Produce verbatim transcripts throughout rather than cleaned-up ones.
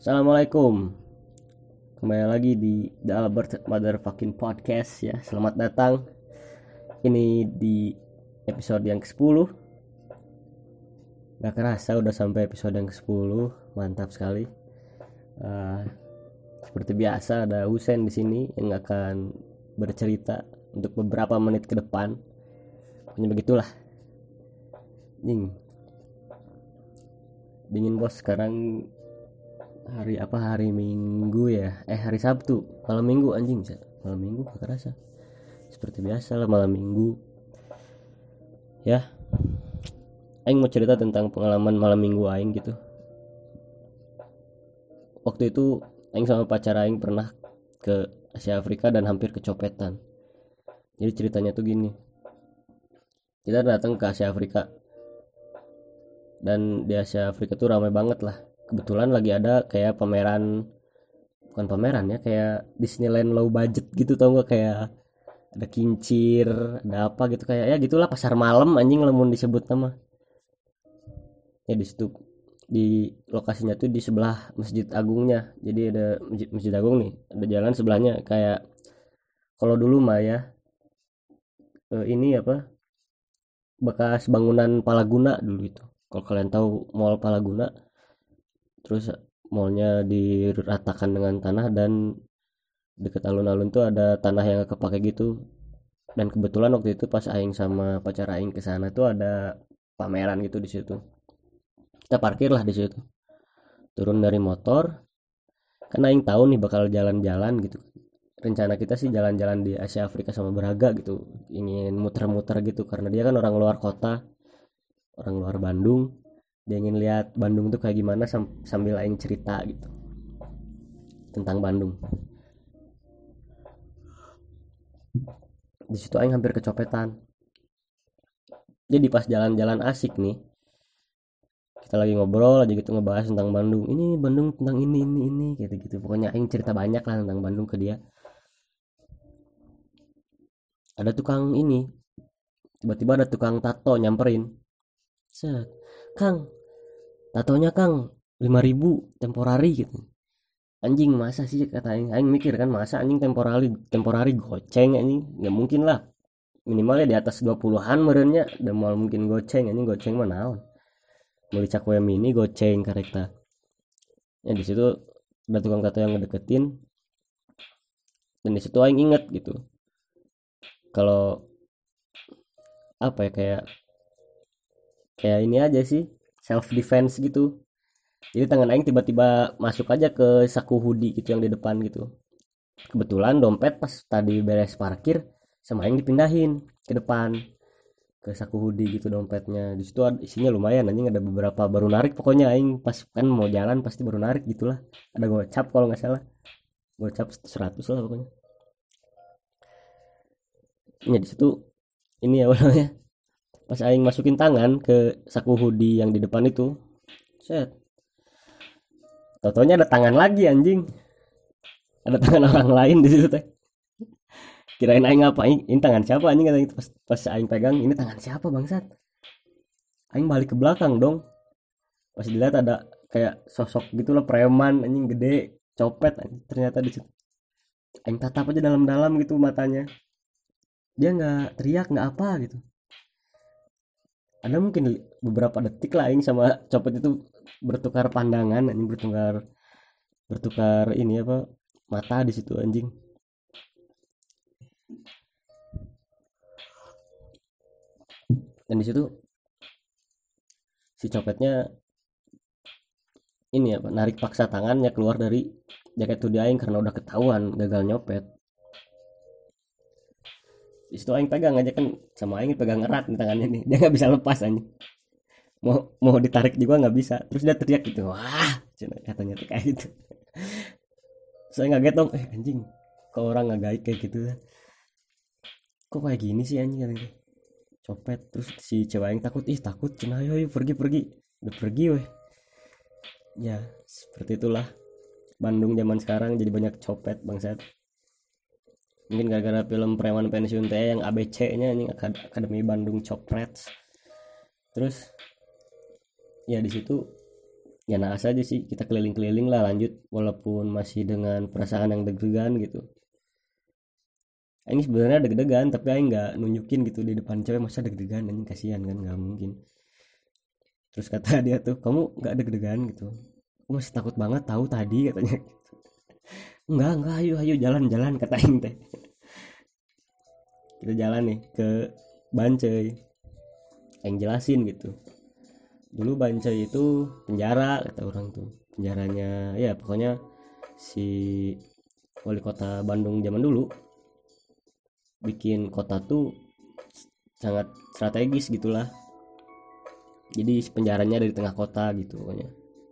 Assalamualaikum. Kembali lagi di The Albert Motherfucking Podcast ya. Selamat datang. Ini di episode yang kesepuluh. Gak kerasa udah sampai episode yang kesepuluh. Mantap sekali. Uh, seperti biasa ada Husen di sini yang akan bercerita untuk beberapa menit ke depan. Pokoknya begitulah. Ding. Dingin bos, sekarang hari apa hari Minggu ya eh hari Sabtu malam Minggu anjing malam Minggu gak kerasa seperti biasa lah malam Minggu ya. Aing mau cerita tentang pengalaman malam Minggu Aing gitu. Waktu itu Aing sama pacar Aing pernah ke Asia Afrika dan hampir kecopetan. Jadi ceritanya tuh gini, kita datang ke Asia Afrika dan di Asia Afrika tuh ramai banget lah. Kebetulan lagi ada kayak pameran, bukan pameran ya, kayak Disneyland low budget gitu, tau gak, kayak ada kincir, ada apa gitu, kayak ya gitulah, pasar malam anjing lemun disebut nama. Ya di situ, di lokasinya tuh di sebelah Masjid Agungnya. Jadi ada Masjid, Masjid Agung nih, ada jalan sebelahnya kayak kalau dulu mah ya eh, ini apa bekas bangunan Palaguna dulu itu. Kalau kalian tahu Mall Palaguna, terus mallnya diratakan dengan tanah dan deket alun-alun tuh ada tanah yang kepake gitu. Dan kebetulan waktu itu pas aing sama pacar aing ke sana tuh ada pameran gitu di situ. Kita parkir lah di situ, turun dari motor, karena aing tahu nih bakal jalan-jalan gitu. Rencana kita sih jalan-jalan di Asia Afrika sama Braga gitu, ingin muter-muter gitu karena dia kan orang luar kota, orang luar Bandung. Dia ingin lihat Bandung tuh kayak gimana sambil aing cerita gitu tentang Bandung. Di situ aing hampir kecopetan. Jadi pas jalan-jalan asik nih, kita lagi ngobrol aja gitu, ngebahas tentang Bandung. Ini Bandung tentang ini ini ini gitu-gitu. Pokoknya aing cerita banyak lah tentang Bandung ke dia. Ada tukang ini, tiba-tiba ada tukang tato nyamperin. Set, Kang, tatonya Kang lima ribu temporari gitu. Anjing, masa sih, kata aing. Aing mikir kan, masa anjing temporari temporari goceng anjing, nggak mungkin lah. Minimalnya di atas dua puluhan merenya udah mau mungkin goceng anjing. Goceng mana naon, beli cakwe mini goceng karekta. Ya di situ ada tukang tato yang ngedeketin, dan di situ aing inget gitu kalau apa ya, kayak kayak ini aja sih, self defense gitu. Jadi tangan aing tiba-tiba masuk aja ke saku hoodie gitu yang di depan gitu. Kebetulan dompet pas tadi beres parkir sama aing dipindahin ke depan, ke saku hoodie gitu dompetnya. Di situ isinya lumayan anjing, ada beberapa baru narik. Pokoknya aing pas kan mau jalan pasti baru narik gitulah. Ada gocap kalau nggak salah, gocap seratus lah pokoknya. Ya di situ ini ya awalnya pas aing masukin tangan ke saku hoodie yang di depan itu, set, totonya ada tangan lagi anjing, ada tangan orang lain di situ teh. Kirain aing ngapain, ini tangan siapa anjing, kata itu pas, pas aing pegang, ini tangan siapa bangsat. Aing balik ke belakang dong, pas dilihat ada kayak sosok gitulah, preman anjing gede, copet anjing. Ternyata di situ aing tatap aja dalam-dalam gitu matanya, dia nggak teriak nggak apa gitu. Ada mungkin beberapa detik lah aing sama copet itu bertukar pandangan anjing, bertukar bertukar ini apa, mata di situ anjing. Dan di situ si copetnya ini apa, narik paksa tangannya keluar dari jaket hoodie aing karena udah ketahuan gagal nyopet. Di situ aing pegang aja kan, sama aing pegang erat nih tangannya nih, dia nggak bisa lepas anjing. Mau mau ditarik juga nggak bisa. Terus dia teriak gitu, wah, katanya tuh kayak gitu. Saya ngaget dong, eh anjing, kok orang nggak gaik kayak gitu ya, kok kayak gini sih anjing, katanya copet. Terus si cewek yang takut, ih takut cina, ayo, ayo pergi pergi, udah pergi weh. Ya seperti itulah Bandung zaman sekarang, jadi banyak copet bangsat. Mungkin gara-gara film preman pensiun teh yang A B C nya anjing, Akademi Bandung Copret. Terus ya di situ Ya naas aja sih kita keliling-keliling lah lanjut walaupun masih dengan perasaan yang deg-degan gitu. Ini sebenarnya deg-degan tapi aing nggak nunjukin gitu di depan cewek, masa deg-degan anjing, kasihan kan, nggak mungkin. Terus kata dia tuh, kamu nggak deg-degan gitu? Aku masih takut banget tahu tadi katanya. Enggak enggak, ayo ayo jalan-jalan kata aing teh. Kita jalan nih ke Bancai, aing jelasin gitu. Dulu Bancai itu penjara kata orang tuh, penjaranya ya pokoknya si wali kota Bandung zaman dulu bikin kota tuh sangat strategis gitulah, jadi penjaranya dari tengah kota gitu pokoknya.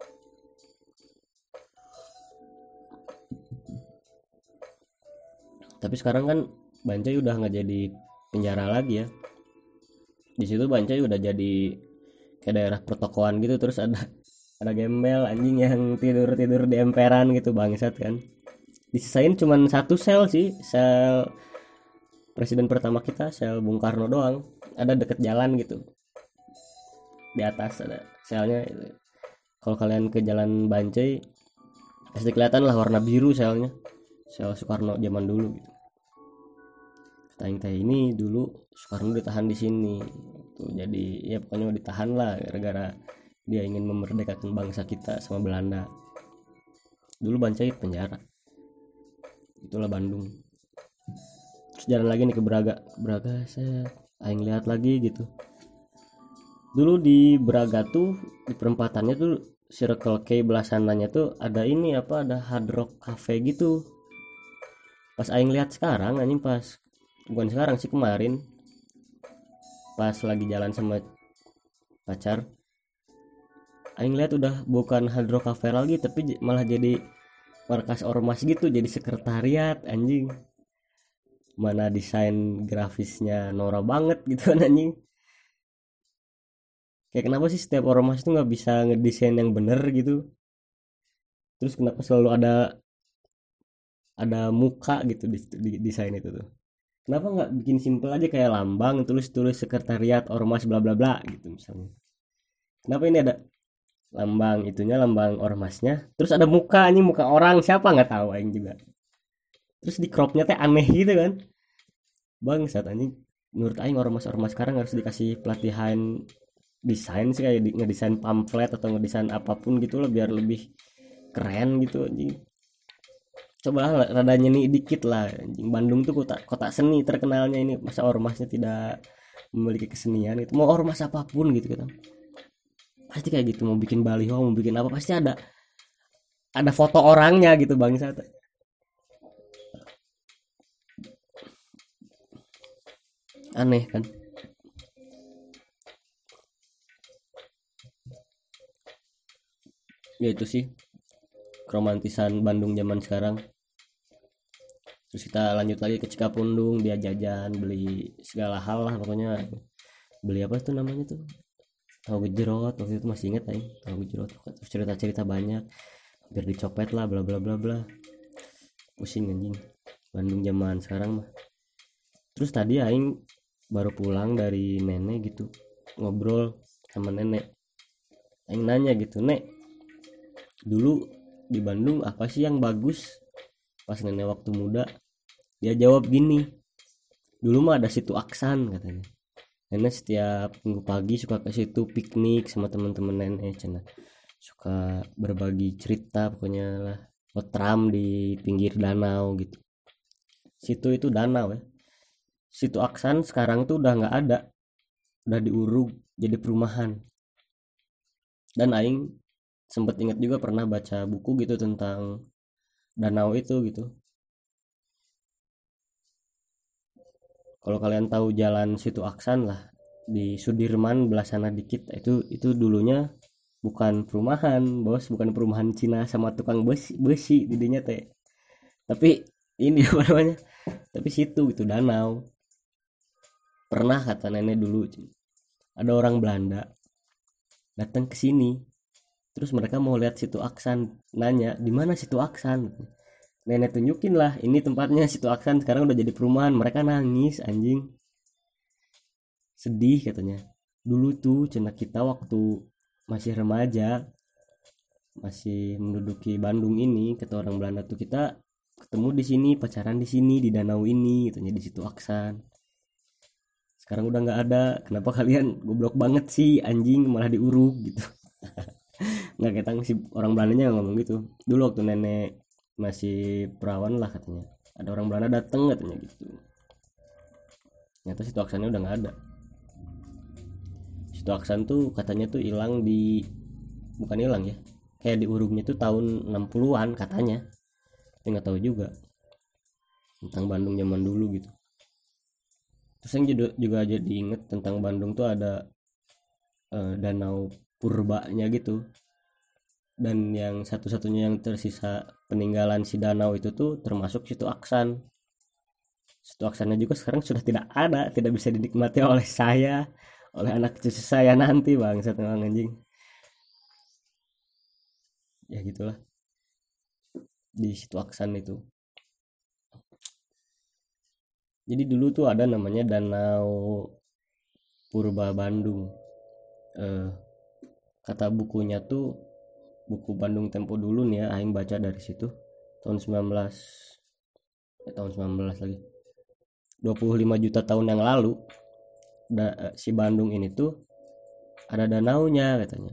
Tapi sekarang kan Bancai udah nggak jadi penjara lagi ya, di situ Bancai udah jadi kayak daerah pertokoan gitu. Terus ada ada gembel anjing yang tidur tidur di emperan gitu, bangsat kan. Disisain cuman satu sel sih, sel presiden pertama kita, sel Bung Karno doang, ada deket jalan gitu, di atas ada selnya. Kalau kalian ke jalan Bancai pasti kelihatan lah warna biru selnya, sel Soekarno zaman dulu gitu. Tanya teh ini dulu Soekarno ditahan di sini tuh, jadi ya pokoknya ditahan lah gara-gara dia ingin memerdekakan bangsa kita sama Belanda. Dulu Bancai penjara, itulah Bandung. Terus jalan lagi nih ke Braga. Braga saya aing lihat lagi gitu. Dulu di Braga tuh di perempatannya tuh Circle K belah sananya tuh ada ini apa, ada Hard Rock Cafe gitu. Pas aing lihat sekarang anjing, pas bukan sekarang sih, kemarin pas lagi jalan sama pacar, aing lihat udah bukan Hard Rock Cafe lagi tapi malah jadi markas ormas gitu, jadi sekretariat anjing. Mana desain grafisnya Nora banget gitu kan anjing. Kayak kenapa sih setiap ormas itu nggak bisa ngedesain yang bener gitu? Terus kenapa selalu ada ada muka gitu di, di desain itu tuh? Kenapa nggak bikin simple aja kayak lambang tulis-tulis sekretariat ormas bla bla bla gitu misalnya? Kenapa ini ada lambang itunya, lambang ormasnya, terus ada muka, anjing muka orang siapa nggak tahu aing juga. Terus di cropnya teh aneh gitu kan. Bangsat anjing. Menurut aing ormas-ormas sekarang harus dikasih pelatihan desain sih, kayak di, ngedesain pamflet atau ngedesain apapun gitu lah biar lebih keren gitu anjing. Coba lah rada nyeni dikit lah anjing. Bandung tuh kota kota seni terkenalnya, ini masa ormasnya tidak memiliki kesenian itu? Mau ormas apapun gitu kan pasti kayak gitu, mau bikin baliho mau bikin apa pasti ada ada foto orangnya gitu bangsa. Aneh kan. Ya itu sih keromantisan Bandung zaman sekarang. Terus kita lanjut lagi ke Cikapundung, dia jajan beli segala hal lah pokoknya. Beli apa tuh namanya tuh, tahu gejrot waktu itu masih inget aja, tahu gejrot. Terus cerita-cerita banyak, hampir dicopet lah bla bla bla bla. Pusing anjing Bandung zaman sekarang mah. Terus tadi aing baru pulang dari nenek gitu, ngobrol sama nenek. Aing nanya gitu, nek dulu di Bandung apa sih yang bagus pas nenek waktu muda? Dia jawab gini, dulu mah ada situ Aksan katanya. Nenek setiap minggu pagi suka ke situ piknik sama teman-teman nenek, cina suka berbagi cerita pokoknya lah, otram di pinggir danau gitu. Situ itu danau ya. Situ Aksan sekarang tuh udah nggak ada, udah diuruk jadi perumahan. Dan aing sempet inget juga pernah baca buku gitu tentang danau itu gitu. Kalau kalian tahu jalan Situ Aksan lah di Sudirman belah sana dikit, itu itu dulunya bukan perumahan bos, bukan perumahan Cina sama tukang besi besi didinya teh, tapi ini apa namanya, tapi situ gitu danau. Pernah kata nenek dulu ada orang Belanda datang ke sini, terus mereka mau lihat Situ Aksan, nanya di mana Situ Aksan. Nenek tunjukin lah, ini tempatnya Situ Aksan, sekarang udah jadi perumahan. Mereka nangis anjing, sedih katanya. Dulu tuh cina kita waktu masih remaja masih menduduki Bandung ini, kata orang Belanda tuh kita ketemu di sini, pacaran di sini, di danau ini, katanya di situ Aksan. Sekarang udah nggak ada. Kenapa kalian goblok banget sih, anjing, malah diuruk gitu. Nggak ketang si orang Belandanya ngomong gitu. Dulu waktu nenek masih perawan lah katanya. Ada orang Belanda dateng katanya gitu. Ternyata situ Aksannya udah nggak ada. Situ Aksan tuh katanya tuh hilang di, bukan hilang ya, kayak diuruknya tuh tahun enam puluhan katanya. Tapi nggak tahu juga tentang Bandung zaman dulu gitu. Terus yang juga, juga jadi inget tentang Bandung tuh ada eh, danau purbanya gitu. Dan yang satu-satunya yang tersisa peninggalan si danau itu tuh termasuk situ Aksan. Situ Aksannya juga sekarang sudah tidak ada, tidak bisa dinikmati oleh saya, oleh anak cucu saya nanti, bangsat memang anjing. Ya gitulah di situ Aksan itu. Jadi dulu tuh ada namanya Danau Purba Bandung. Eh, kata bukunya tuh, buku Bandung Tempo dulu nih ya, aing baca dari situ tahun sembilan belas, eh, tahun sembilan belas lagi, dua puluh lima juta tahun yang lalu, da, eh, si Bandung ini tuh ada danaunya katanya.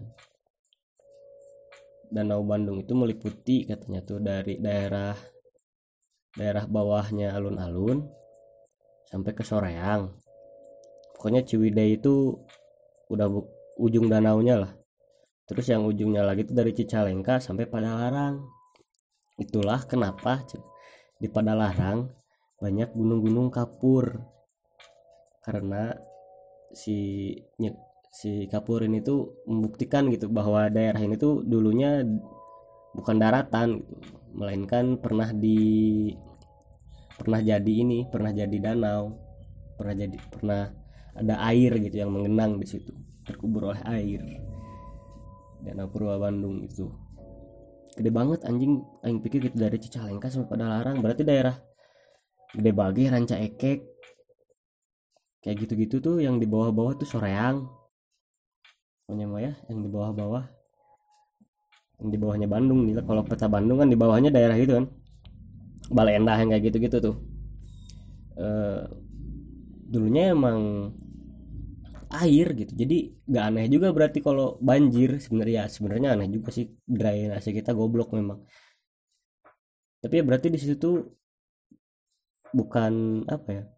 Danau Bandung itu meliputi katanya tuh dari daerah daerah bawahnya alun-alun sampai ke Soreang. Pokoknya Ciwidey itu udah bu- ujung danaunya lah. Terus yang ujungnya lagi itu dari Cicalengka sampai Padalarang. Itulah kenapa di Padalarang banyak gunung-gunung kapur, karena si si kapur ini tuh membuktikan gitu bahwa daerah ini tuh dulunya bukan daratan gitu, melainkan pernah di pernah jadi ini, pernah jadi danau, pernah jadi pernah ada air gitu yang mengenang di situ, terkubur oleh air. Danau Purba Bandung itu gede banget anjing, aing pikir gitu dari Cicalengka sampai Padalarang berarti daerah Gede Bage, Ranca Ekek, kayak gitu-gitu tuh. Yang di bawah-bawah tuh Soreang pokoknya mah ya, yang di bawah-bawah, yang di bawahnya Bandung nih. Kalau peta Bandung kan di bawahnya daerah gitu kan, Bale Endah yang kayak gitu-gitu tuh. Eh, dulunya emang air gitu, jadi nggak aneh juga berarti kalau banjir. Sebenarnya sebenarnya aneh juga sih, drainase kita goblok memang. Tapi ya berarti di situ tuh bukan apa ya,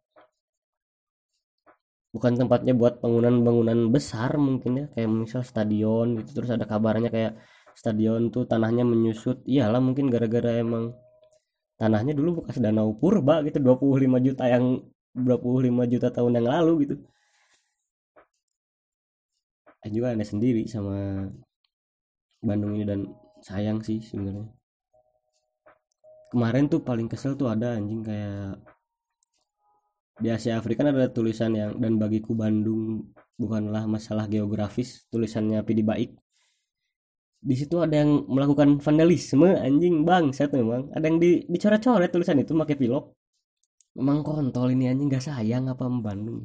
bukan tempatnya buat bangunan-bangunan besar mungkin ya, kayak misal stadion gitu. Terus ada kabarnya kayak stadion tuh tanahnya menyusut, iyalah mungkin gara-gara emang tanahnya dulu bekas danau purba gitu, dua puluh lima juta yang dua puluh lima juta tahun yang lalu gitu. Saya juga aneh sendiri sama Bandung ini, dan sayang sih sebenarnya. Kemarin tuh paling kesel tuh ada anjing, kayak di Asia Afrika kan ada tulisan yang dan bagiku Bandung bukanlah masalah geografis, tulisannya Pidi Baik. Di situ ada yang melakukan vandalisme anjing, bang saya tuh memang ada yang di, dicoret-coret tulisan itu pakai pilok. Memang kontol ini anjing, gak sayang apa sama Bandung.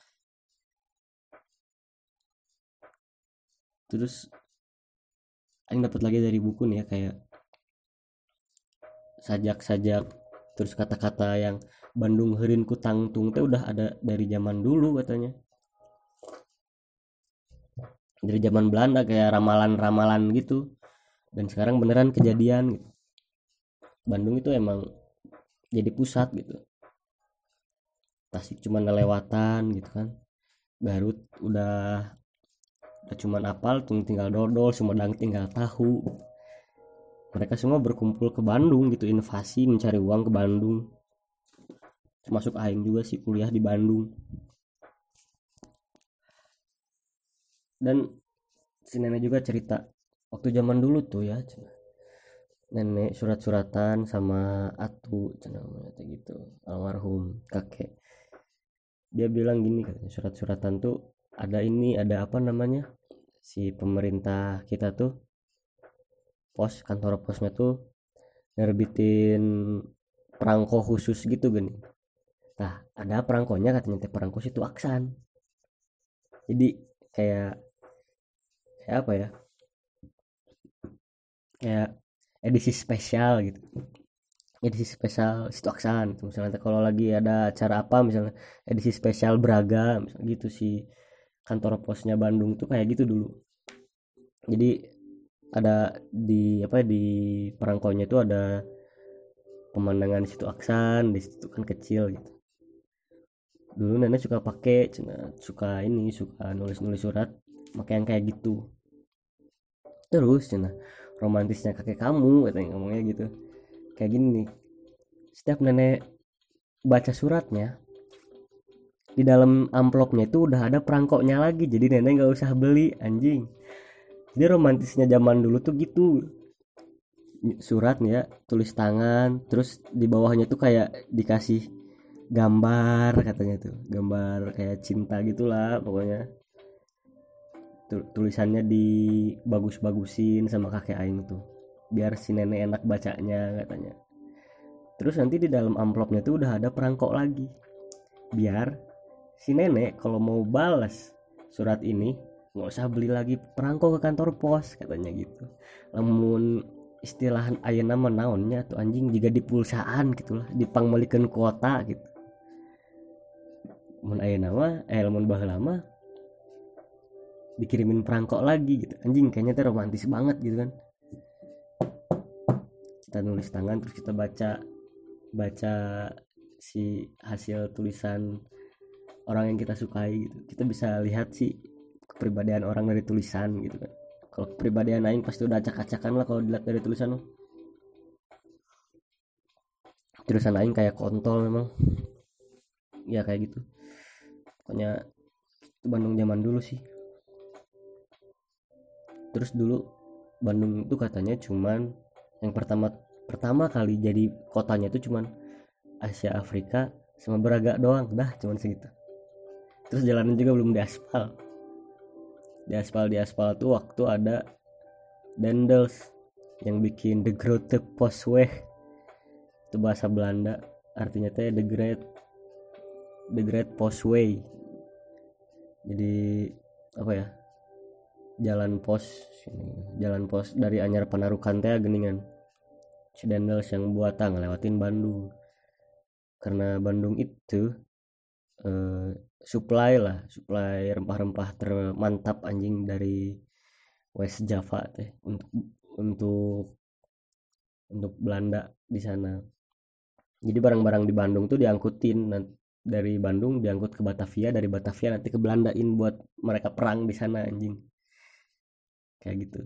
Terus aing dapat lagi dari buku nih ya, kayak sajak-sajak, terus kata-kata yang Bandung heureun ku tangtung teh udah ada dari zaman dulu katanya, dari zaman Belanda, kayak ramalan-ramalan gitu. Dan sekarang beneran kejadian gitu. Bandung itu emang jadi pusat gitu. Tasik cuma lewatan gitu kan, Garut udah udah cuman apal tuh tinggal dodol, Sumedang tinggal tahu. Mereka semua berkumpul ke Bandung gitu, invasi mencari uang ke Bandung. Termasuk aing juga sih, kuliah di Bandung. Dan si nenek juga cerita waktu zaman dulu tuh ya, nenek surat-suratan sama atu namanya gitu, almarhum kakek. Dia bilang gini katanya, surat-suratan tuh ada ini, ada apa namanya, si pemerintah kita tuh, pos kantor posnya tuh nerbitin perangko khusus gitu gini. Nah ada perangkonya katanya, teh perangko situ Aksan. Jadi kayak kayak apa ya, kayak edisi spesial gitu, edisi spesial Situ Aksan gitu. Misalnya kalau lagi ada acara apa, misalnya edisi spesial Braga misalnya gitu sih. Kantor posnya Bandung tuh kayak gitu dulu. Jadi ada di apa di perangkonya itu ada pemandangan Situ Aksan, di situ kan kecil gitu. Dulu nenek suka pakai, suka ini suka nulis-nulis surat pakai yang kayak gitu. Terus cina romantisnya kakek kamu katanya, ngomongnya gitu kayak gini nih. Setiap nenek baca suratnya, di dalam amplopnya itu udah ada perangkoknya lagi, jadi nenek nggak usah beli anjing. Jadi romantisnya zaman dulu tuh gitu, surat nih ya, tulis tangan, terus di bawahnya tuh kayak dikasih gambar katanya tuh, gambar kayak cinta gitulah pokoknya. Tulisannya dibagus-bagusin sama kakek aing tuh biar si nenek enak bacanya katanya. Terus nanti di dalam amplopnya tuh udah ada perangkok lagi, biar si nenek kalau mau balas surat ini nggak usah beli lagi perangkok ke kantor pos katanya gitu. Namun istilah ayeuna mah naonnya tuh anjing, juga di pulsaan gitulah, dipangmelikeun kuota gitu. Mun ayeuna mah eh lamun baheula mah dikirimin perangkok lagi gitu anjing, kayaknya tuh romantis banget gitu kan. Kita nulis tangan terus kita baca baca si hasil tulisan orang yang kita sukai gitu. Kita bisa lihat sih kepribadian orang dari tulisan gitu kan. Kalau kepribadian aing pasti udah acak-acakan lah kalau dilihat dari tulisan. Tulisan aing kayak kontol memang ya, kayak gitu pokoknya. Itu Bandung zaman dulu sih. Terus dulu Bandung itu katanya cuman yang pertama pertama kali jadi kotanya itu cuman Asia Afrika sama Braga doang, dah cuman segitu. Terus jalanan juga belum diaspal. Diaspal diaspal tuh waktu ada Dendels yang bikin The Grote Postweg. Itu bahasa Belanda, artinya teh The Great The Great Postway. Jadi apa ya? Jalan pos jalan pos dari Anyar Panarukan teh geningan si Dendels yang buatan ngelewatin Bandung. Karena Bandung itu eh, supply lah supply rempah-rempah termantap anjing dari West Java teh untuk untuk untuk Belanda di sana. Jadi barang-barang di Bandung tuh diangkutin dari Bandung, diangkut ke Batavia, dari Batavia nanti ke Belandain buat mereka perang di sana anjing. Kayak gitu.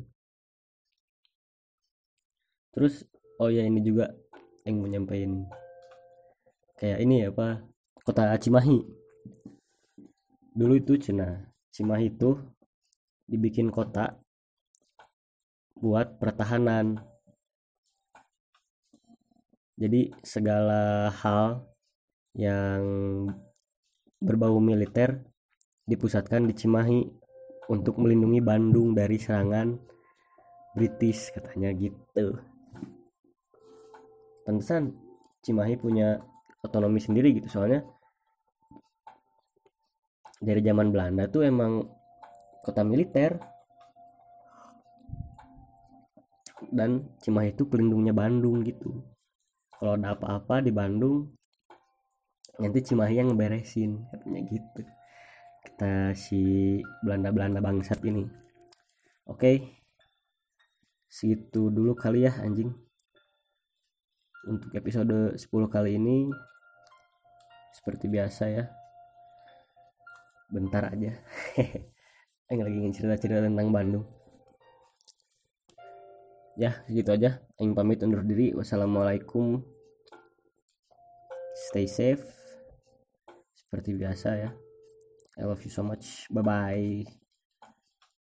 Terus oh ya ini juga yang mau nyampein kayak ini ya apa, kota Cimahi dulu itu cina. Cimahi itu dibikin kota buat pertahanan. Jadi segala hal yang berbau militer dipusatkan di Cimahi untuk melindungi Bandung dari serangan British katanya gitu. Pantesan Cimahi punya otonomi sendiri gitu, soalnya dari zaman Belanda tuh emang kota militer, dan Cimahi itu pelindungnya Bandung gitu. Kalau ada apa-apa di Bandung nanti Cimahi yang ngeberesin katanya gitu, kata si Belanda-Belanda bangsat ini. Oke, segitu dulu kali ya anjing untuk episode sepuluh kali ini. Seperti biasa ya, bentar aja Aing lagi ingin cerita-cerita tentang Bandung. Ya segitu aja, Aing pamit undur diri. Wassalamualaikum, stay safe seperti biasa ya. I love you so much, bye bye.